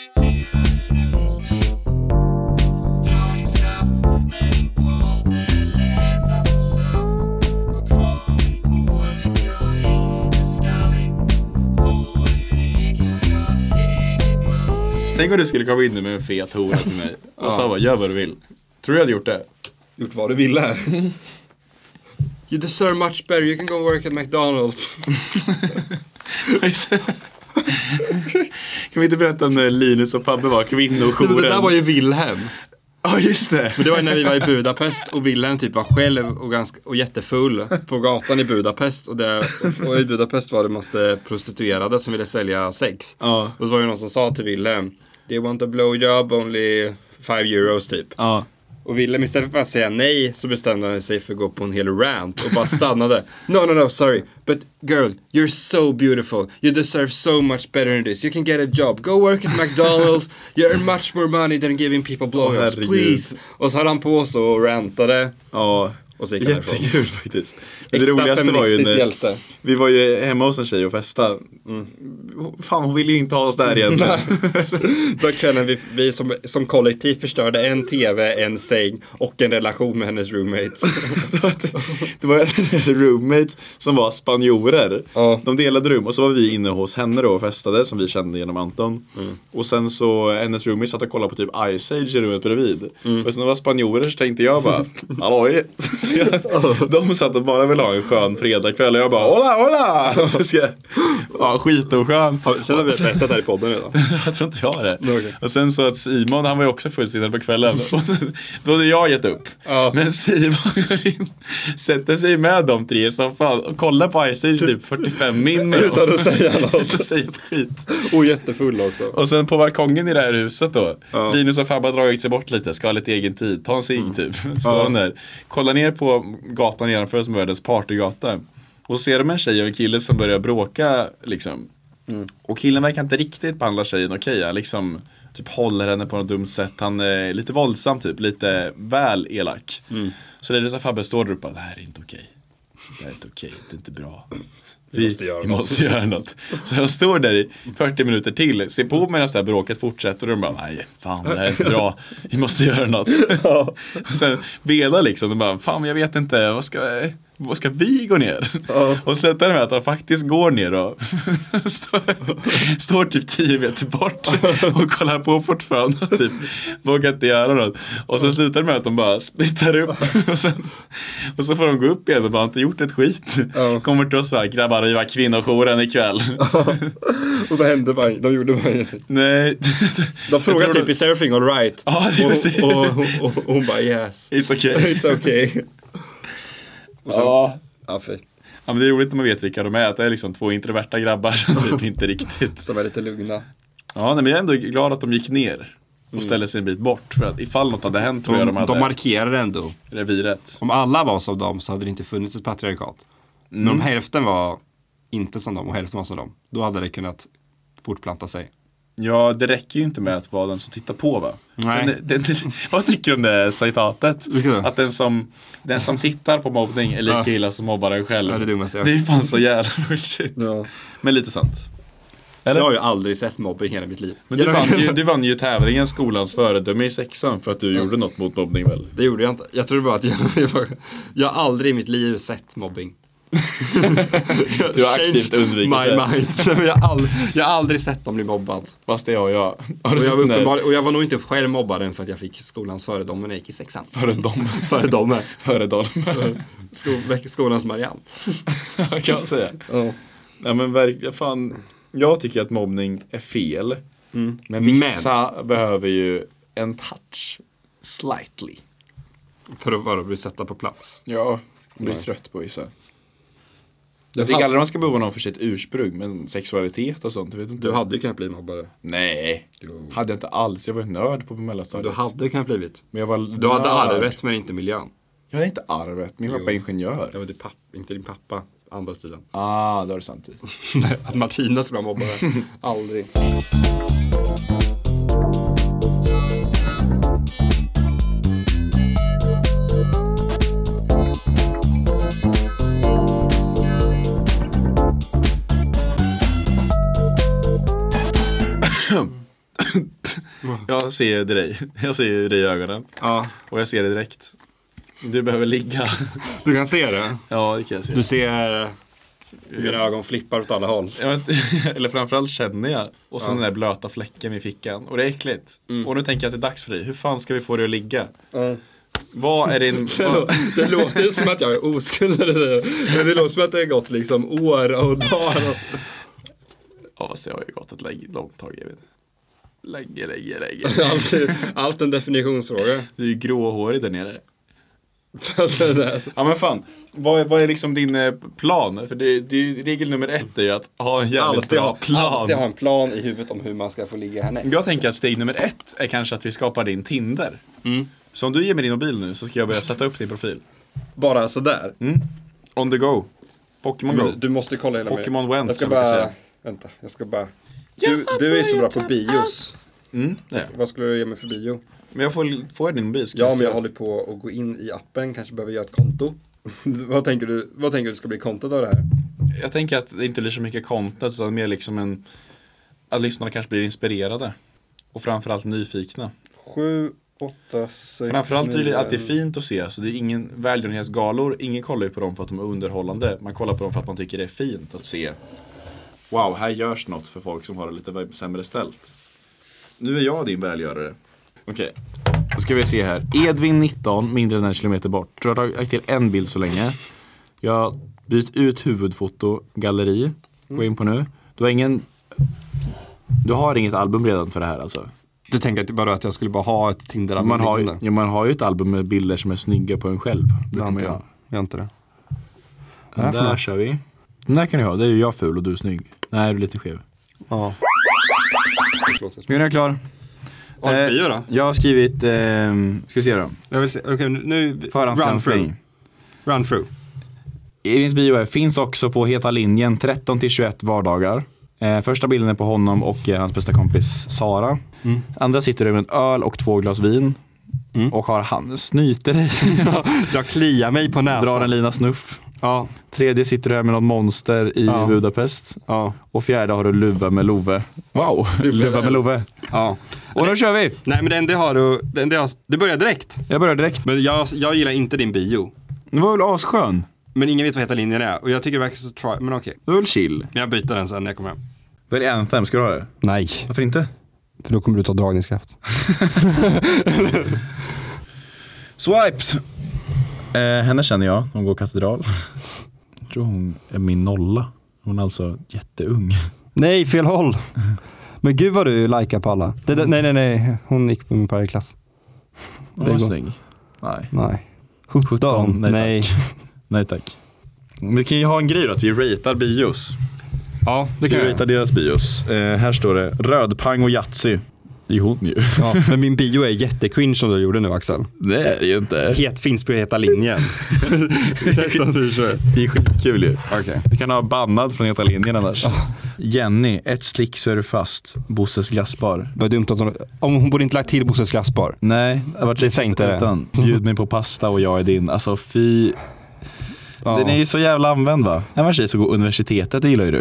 Tänk om du skulle komma in med en fet hora till mig och Ja. sa bara, gör vad du vill. Tror du jag hade gjort det? Gjort vad du ville. You deserve much better, you can go work at McDonald's. Kan vi inte berätta när Linus och Fabbe var kvinnojouren? Det där var ju Wilhelm. Ja, just det. Men det var när vi var i Budapest och Wilhelm typ var själv och, ganska, och jättefull på gatan i Budapest. Och, det, och i Budapest var det måste prostituerade som ville sälja sex. Ja. Och så var det någon som sa till Wilhelm, they want a blowjob, only five euros typ. Ja. Och Wilhelm istället för att säga nej så bestämde han sig för att gå på en hel rant och bara stannade. No, no, no, sorry. But girl, you're so beautiful. You deserve so much better than this. You can get a job. Go work at McDonald's. You earn much more money than giving people blowjobs. Åh, Please. Och så höll han på så och rantade. Ja. Och så gick han ifrån. Jättekul faktiskt. Men Äkta det roligaste var ju feministisk när hjälte. vi var ju hemma hos en tjej och festa. Mm. Fan, hon ville ju inte ha oss där egentligen. Då kvällen vi, vi som, som kollektiv förstörde en tv, en säng och en relation med hennes roommates. Det var hennes roommates som var spanjorer. Ja. De delade rum och så var vi inne hos henne då och festade som vi kände genom Anton. Mm. Och sen så hennes roommates satt och kollade på typ Ice Age i rummet bredvid. Mm. Och sen när det var spanjorer så tänkte jag bara, halloj. Så jag, de satt och bara ville ha en skön fredagkväll och jag bara, hola, hola. Så ska jag, ja, skitoskön. Känner vi berättat här i podden idag? Jag tror inte jag har det. Okay. Och sen så att Simon, han var ju också fullsinnad på kvällen. Och sen, då hade jag gett upp. Ja. Men Simon går in, sätter sig med de tre i soffan och kollar på Ice Age typ fyrtiofem min. Utan att säga något. Utan att säga ett skit. Och jättefull också. Och sen på balkongen i det här huset då. Ja. Linus och Fabba har dragit sig bort lite, ska ha lite egen tid. Ta en cigg Mm. typ. Står Ja. han där. Kollar ner på gatan nedanför som världens partygata. Och ser de en tjej och en kille som börjar bråka liksom. Mm. Och killen verkar inte riktigt behandla tjejen okej. Han liksom typ håller henne på något dumt sätt. Han är lite våldsam typ, lite väl elak. Mm. Så det är det så Fabbe står där uppe. Det här är inte okej. Det här är inte okej, det är inte bra. Vi måste göra vi något. måste göra något. Så jag står där i fyrtio minuter till. Ser på medan det här bråket fortsätter. Och de bara, nej fan det här är inte bra. Vi måste göra något. Ja. Och sen velar liksom. De bara, fan jag vet inte. Vad ska, vad ska vi gå ner? Ja. Och slutar med att de faktiskt går ner då. står, står typ tio meter bort. Och kollar på fortfarande. Typ, vågar inte göra något. Och sen slutar det med att de bara splittar upp. Och, sen, och så får de gå upp igen och bara inte gjort ett skit. Ja. Kommer till oss bara, grabbar vi var kvinnojouren ikväll. Och så hände bara, de gjorde bara ingenting. Nej. De frågade Jag tror typ, de- is everything all right? Ja, det är just det. Och, och, och, och, och hon bara, yes. It's okay. It's okay. Och sen, Ja. ja, fy. Ja, men det är roligt när man vet vilka de är. Att det är liksom två introverta grabbar som typ inte riktigt. Som är lite lugna. Ja, nej, men jag är ändå glad att de gick ner. Och ställde sig en bit bort. För att ifall något hade hänt tror jag de De, hade de markerar ändå. reviret. Om alla var som dem så hade det inte funnits ett patriarkat. Men Mm. om hälften var inte som dem och hälften var som dem, då hade det kunnat fortplanta sig. Ja, det räcker ju inte med att vara den som tittar på va? Nej. Den, den, vad tycker du om det citatet? Vilket då? Att den som, den som tittar på mobbning är lika Ja. illa som mobbaren själv. Ja, det är dummaste jag Det är fan så jävla bullshit. Ja. Men lite sant. Eller? Jag har ju aldrig sett mobbing i hela mitt liv. Men du vann ju, du vann ju tävlingen skolans föredöme i sexan för att du ja. gjorde något mot mobbning väl? Det gjorde jag inte. Jag tror bara att jag, jag, jag har aldrig i mitt liv sett mobbing. Du har aktivt undvikit my det. Mind. jag, har aldrig, jag har aldrig sett dem bli mobbad. Fast det har jag. Har och, jag var uppenbar, och jag var nog inte själv mobbad än för att jag fick skolans föredöme när jag gick i sexan. Föredöme. Föredöme. Föredöme. Sko- skolans Marianne. Kan man säga. Ja. Nej men verkligen fan. Jag tycker att mobbning är fel. Mm. Men vissa men. behöver ju en touch. Slightly. För att bara bli sätta på plats. Ja, bli trött på vissa. Jag tycker aldrig man ska behöva någon för sitt ursprung. Men sexualitet och sånt, vet inte. Du hade ju kunnat bli mobbare. Nej, jo. Hade jag inte alls. Jag var en nörd på mellanstadiet. Du hade kunnat blivit. Men jag var du nörd. Hade arvet men inte miljön. Jag hade inte arvet, min pappa är ingenjör. Jag var papp, inte din pappa, andra sidan. Ah, det var det samtidigt. Att Martina skulle vara mobbare. Aldrig. Jag ser dig. Jag ser dig i ögonen. Ja. Och jag ser det direkt. Du behöver ligga. Du kan se det? Ja, det kan jag se. Du ser mina ögon flippar åt alla håll. Ja, men, eller framförallt känner jag. Och sen ja. den där blöta fläcken i fickan. Och det är äckligt. Mm. Och nu tänker jag att det är dags för dig. Hur fan ska vi få dig att ligga? Mm. Vad är din... det, lå- det låter som att jag är oskuld när du säger det. Men det låter som att det har gått liksom år och dagar. Och... Ja, fast det har ju gått ett lägg, långt tag, jag vet. Lägge, lägge, lägge. allt, allt en definitionsfråga. Du är ju gråhårig där nere. Ja men fan, vad är, vad är liksom din eh, plan? För det, det, regel nummer ett är ju att ha en jävligt alltid bra ha, plan. Alltid ha en plan i huvudet om hur man ska få ligga härnäst. Jag tänker att steg nummer ett är kanske att vi skapar din Tinder. Mm. Så om du ger mig din mobil nu så ska jag börja sätta upp din profil. Bara sådär? Mm. On the go. Pokémon Go. Du måste kolla hela Pokémon Went. Jag ska bara, vänta, jag ska bara Du, du är så bra på bios. Mm, det. Vad skulle du ge mig för bio? Men jag får, får jag din mobil? Ja, men jag håller på att gå in i appen. Kanske behöver göra ett konto. vad, tänker du, vad tänker du ska bli kontot av det här? Jag tänker att det inte blir så mycket content utan mer liksom en... Att lyssnarna kanske blir inspirerade. Och framförallt nyfikna. Sju, åtta, sex, framförallt är det alltid fint att se. Så det är ingen välgörenhetsgalor. Ingen kollar ju på dem för att de är underhållande. Man kollar på dem för att man tycker det är fint att se. Wow, här görs något för folk som har det lite sämre ställt. Nu är jag din välgörare. Okej, okay. Då ska vi se här. Edvin nitton, mindre än en kilometer bort. Jag har tagit till en bild så länge. Jag bytt ut huvudfoto, galleri. Gå in på nu. Du har ingen... Du har inget album redan för det här alltså? Du tänker att bara att jag skulle bara ha ett Tinder-album? Man har, ju, ja, man har ju ett album med bilder som är snygga på en själv. Det kommer jag. Jag har inte det. Den där kör vi. Den där kan du ha. Det är ju jag ful och du är snygg. Nej, du är lite skev. Ja. Nu är jag klar. Vad har du då? Jag har skrivit, eh, ska vi se då. Jag vill se, okej, okay, nu förhandsgranskning. Run through. Edvins bio är, finns också på Heta linjen tretton till tjugoett vardagar. Eh, första bilden är på honom och eh, hans bästa kompis Sara. Mm. Andra sitter du med en öl och två glas vin. Mm. Och har han snyter dig. Jag kliar mig på näsan. Drar en lina snuff. Ja. Tredje sitter du här med någon monster i ja. Budapest. Ja. Och fjärde har du luva med Love. Wow, luva med Love. Ja. Och nu kör vi. Nej, men den det har du den det har, du börjar direkt. Jag börjar direkt. Men jag, jag gillar inte din bio. Det var väl asskön. Men ingen vet vad Heta linjen är. Och jag tycker det verkar så try, men okej. Det var väl chill. Men jag byter den sen när jag kommer hem. Vad är det Anthem? Ska du ha det? Nej. Varför inte? För då kommer du ta dragningskraft. Swipes. Eh, henne känner jag. Hon går katedral. Jag tror hon är min nolla. Hon är alltså jätteung. Nej, fel håll. Men gud vad du likar på alla. Det, det, nej, nej, nej. Hon gick på min parallellklass. Hon var snygg. Nej. Nej. sjutton. Nej, nej. Tack. Nej, tack. Vi kan ju ha en grej då, att vi ratear bios. Ja, det så kan vi ratear deras bios. Eh, här står det Rödpang och Yatzy. Det är hon ju. Ja, men min bio är jättecringe som du gjorde nu, Axel. Det är det ju inte. Het finns på Heta linjen. Det är skitkul ju. Okay. Vi kan ha bannad från Heta linjen annars. Oh. Jenny, ett slick så är du fast. Bosses glassbar. Vad dumt att hon... Om hon borde inte lagt till Bosses glassbar. Nej, det har varit det inte utan. Bjud mig på pasta och jag är din. Alltså fy... Ja. Den är ju så jävla använd, va? En var tjej som går universitetet, det gillar ju du.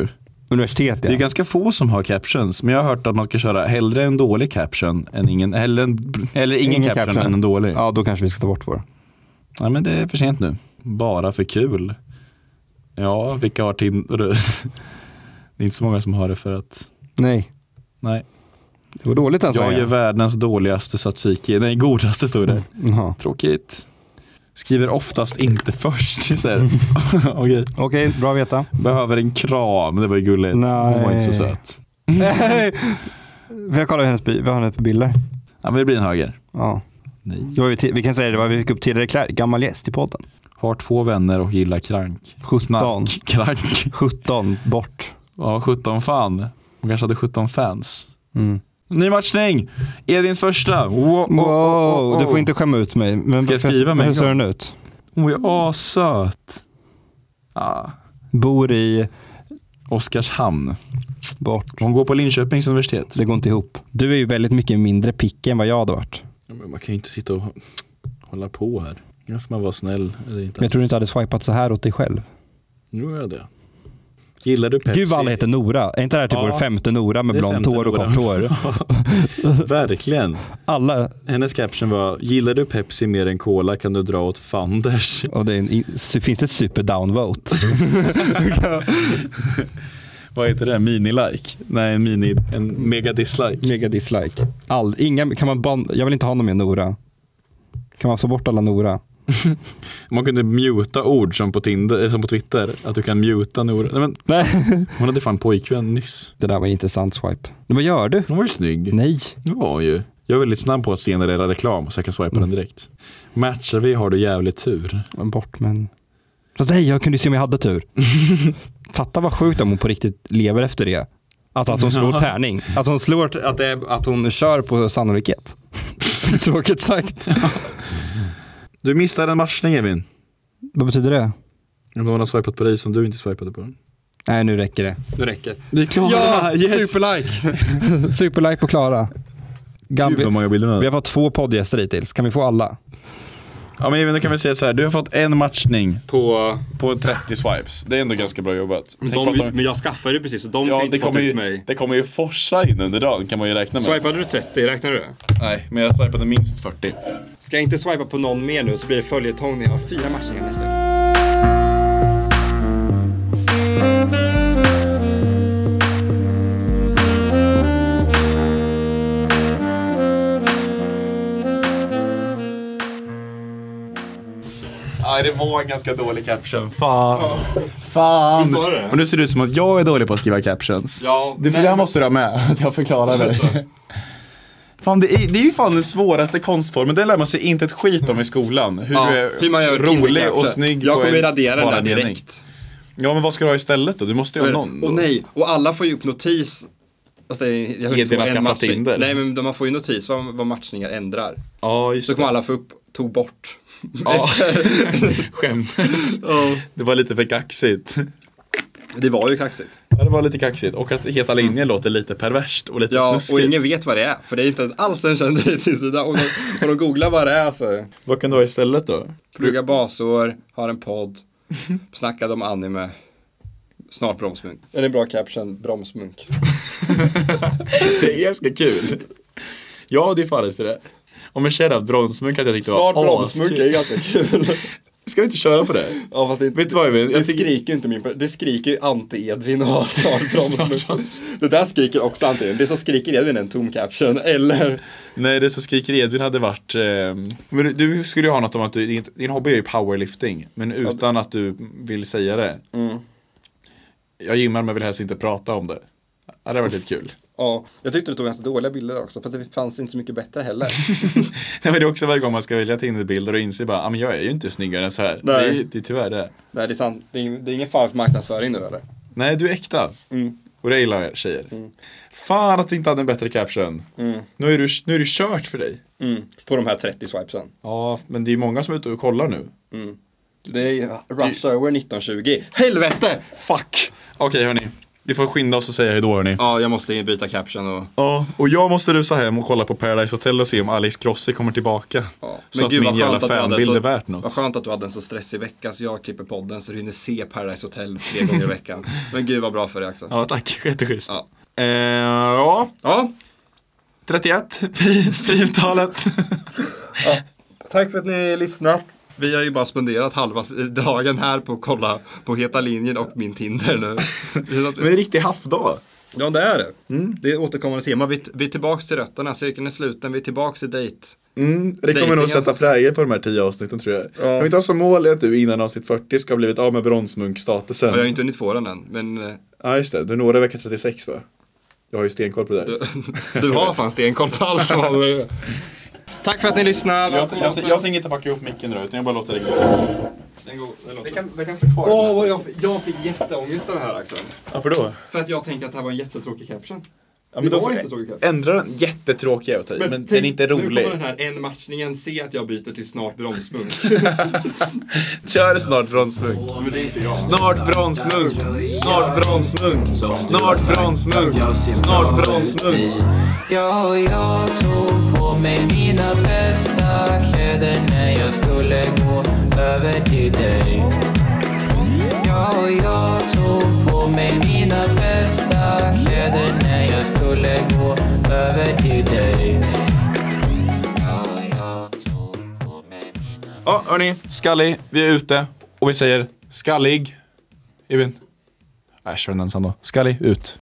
Universitet, ja. Det är ganska få som har captions, men jag har hört att man ska köra hellre en dålig caption än ingen, eller, en, eller ingen, ingen caption, caption än en dålig. Ja, då kanske vi ska ta bort vår. Ja, men det är för sent nu. Bara för kul. Ja, vilka har Tinder? Det är inte så många som har det för att... Nej. Nej. Det var dåligt alltså. Jag är världens dåligaste tzatziki. Nej, godaste stod det. Mm. Tråkigt. Skriver oftast inte först. Okej, okay. okay, bra att veta. Behöver en kram, det var ju gulligt. Nej. Hon var inte så söt. Vi har kollat hennes by, vad har henne för bilder? Ja, men det blir en höger. Ja. Nej. Det var ju t- vi kan säga det var vi fick upp tidigare Klär, gammal gäst i podden. Har två vänner och gillar krank. sjutton. Knack, krank. sjutton bort. Ja, sjutton fan. Hon kanske hade sjutton fans. Mm. Ny matchning. Edins första. Wow, wow, wow, wow. Du får inte skämma ut mig. Men ska jag skriva mig? Hur ser den ut? Hon är assöt. Ja. Bor i Oskarshamn. Bort. Hon går på Linköpings universitet. Det går inte ihop. Du är ju väldigt mycket mindre picky än vad jag hade varit. Ja, men man kan ju inte sitta och hålla på här. Jag får man vara snäll eller inte. Men jag tror du inte hade swipat så här åt dig själv. Jo, jag det. Gillar du Pepsi? Gud vad alla heter Nora. Är inte det här typ ja, vår femte Nora med blont hår och kort hår? Verkligen. Alla. Hennes caption var: gillar du Pepsi mer än cola kan du dra åt Fanders. Och det är en, finns det ett super downvote? Vad heter det? Mini-like? Nej, en mini, en mega dislike. Mega dislike. All, inga, kan man band, jag vill inte ha någon mer Nora. Kan man få bort alla Nora? Man kunde muta ord som på Tinder, som på Twitter, att du kan muta Nora. Nej, men, nej. Hon hade fan pojkvän nyss. Det där var en intressant swipe. Men vad gör du? Hon var ju snygg. Nej. Det var ju. Jag är väldigt snabb på att generera reklam så jag kan swipa mm. den direkt. Matchar vi har du jävligt tur. Bort men... Fast nej, jag kunde se om jag hade tur. Fatta vad sjukt om hon på riktigt lever efter det. Alltså att hon slår tärning. Att hon slår, att, det är, att hon kör på sannolikhet. Tråkigt sagt. Du missade en matchning, Evin. Vad betyder det? Om någon har swipat på dig som du inte swipade på. Nej, nu räcker det. Nu räcker. Det är Klara. Ja, yes. Superlike. Superlike på Klara. Gam- Gud, vad många bilder. Vi har fått två poddgäster hittills. Kan vi få alla? Ja, men då kan vi säga så här. Du har fått en matchning på, på trettio swipes. Det är ändå ganska bra jobbat. Men, de, de, men jag skaffade det precis, så de ja, kan inte få ut mig. Det kommer ju forsa in under dagen, kan man ju räkna med. Swipade du trettio, räknar du det? Nej, men jag swipade minst fyrtio. Ska jag inte swipa på någon mer nu så blir det följetong när jag har fyra matchningar nästa vecka. Nej, det var en ganska dålig caption. Fan. Ja. Fan. Men nu ser det ut som att jag är dålig på att skriva captions. Ja, du, för det här måste du ha med, att jag förklarar det. Fan, det är, det är ju fan den svåraste konstformen. Det lär man sig inte ett skit om i skolan. Hur, ja, hur man gör rolig och snygg. Jag kommer radera den där direkt. Ja, men vad ska du ha istället då? Du måste ju ha någon. Och nej, och alla får ju upp notis. Alltså, jag hör inte på en matchning. Tinder. Nej, men man får ju notis vad, vad matchningar ändrar. Ja, just så kommer alla få upp, tog bort. Ja, skämmes. Ja. Det var lite för kaxigt. Det var ju kaxigt. Ja, det var lite kaxigt. Och att heta linjen mm. låter lite perverst och lite ja, snuskigt. Och ingen vet vad det är. För det är inte alls en känd sida. Om de, om de googlar vad det är så. Vad kan du ha istället då? Plugga basår, har en podd, snackade om anime. Snart bromsmunk. Är det en bra caption? Bromsmunk. Det är ganska kul. Ja, det är farligt för det. Om en shoutout bromsmunk hade jag tyckt var bromsmunk är ganska kul. Ska vi inte köra på det? Ja, fast det, vet du vad jag menar? Det skriker ju inte min... Det skriker ju anti-Edvin och har snart bromsmunk. Det där skriker också anti-Edvin. Det som skriker Edvin är en tom caption, eller... Nej, det som skriker Edvin hade varit... Eh, men du, du skulle ju ha något om att du, din, din hobby är ju powerlifting. Men utan ja, att du vill säga det. Mm. Jag gymmar men vill helst inte prata om det. Det hade varit lite kul. Ja, jag tyckte du tog ganska dåliga bilder också. För att det fanns inte så mycket bättre heller. Nej, men det är också varje gång man ska välja Tinder-bilder och inse bara, ah, men jag är ju inte snyggare än så här. Det är, det är tyvärr det. Nej, det är sant. Det är, det är ingen falsk marknadsföring nu, eller? Nej, du är äkta. Mm. Och det gillar tjejer. Mm. Fan att vi inte hade en bättre caption. Mm. Nu är du, nu är du kört för dig. Mm. På de här trettio swipesen. Ja, men det är många som är ute och kollar nu. Mm. Det är Rush Hour nitton tjugo. Helvete! Fuck! Okej, hörni. Vi får skynda oss och säga hejdå, hörni. Ja, jag måste byta caption och... Ja, och jag måste rusa hem och kolla på Paradise Hotel och se om Alex Crossi kommer tillbaka. Ja. Så att min jävla fanbild är värt något. Vad skönt att du hade en så stressig vecka så jag klipper podden så du hinner se Paradise Hotel tre gånger i veckan. Men gud vad bra för dig, Axel. Ja, tack. Jätteschysst. Ja. Eh, ja. Ja. trettioett, primtalet. Ja. Tack för att ni lyssnat. Vi har ju bara spenderat halva dagen här på att kolla på Heta linjen och min Tinder nu. Men det är en riktig haffdag. Ja, det är det. Mm. Det är återkommande tema. Vi, vi är tillbaka till rötterna. Cirkeln är sluten. Vi är tillbaka till dejt. Mm, det kommer nog sätta prägel på de här tio avsnitten, tror jag. Ja. Jag vill inte ha som mål att du innan avsnitt fyrtio ska ha blivit av med bronsmunkstatusen. Ja, jag har inte hunnit få den än. Men... Ja, just det. Du når i vecka trettiosex, va? Jag har ju stenkoll på det där. Du, du har fan stenkoll på allt som har. Tack för att ni lyssnar. Jag, jag, jag tänker inte packa upp micken då, utan jag bara låter det gå. Den går, den det, kan, det kan stå kvar. Åh, vad jag, jag fick jätteångest av det här, Axel. Varför då? För att jag tänker att det här var en jättetråkig caption. Ja, men det då var får inte tråkig caption. Ändra den jättetråkiga jag tar i, men, men den är inte rolig. Nu kommer den här en matchningen, se att jag byter till snart bronsmunk. Kör snart bronsmunk. Ja, men det är inte jag. Snart bronsmunk. Snart bronsmunk. Snart bronsmunk. Snart bronsmunk. Ja, jag tog på mig mina bästa kläder när jag skulle gå över till dig. Ja, jag tog på mig mina bästa kläder när jag skulle gå över till dig. Ja, jag tog på mig mina... Ja, hörni, skallig, vi är ute och vi säger skallig. Evin. Jag kör den ensam då. Skallig, ut.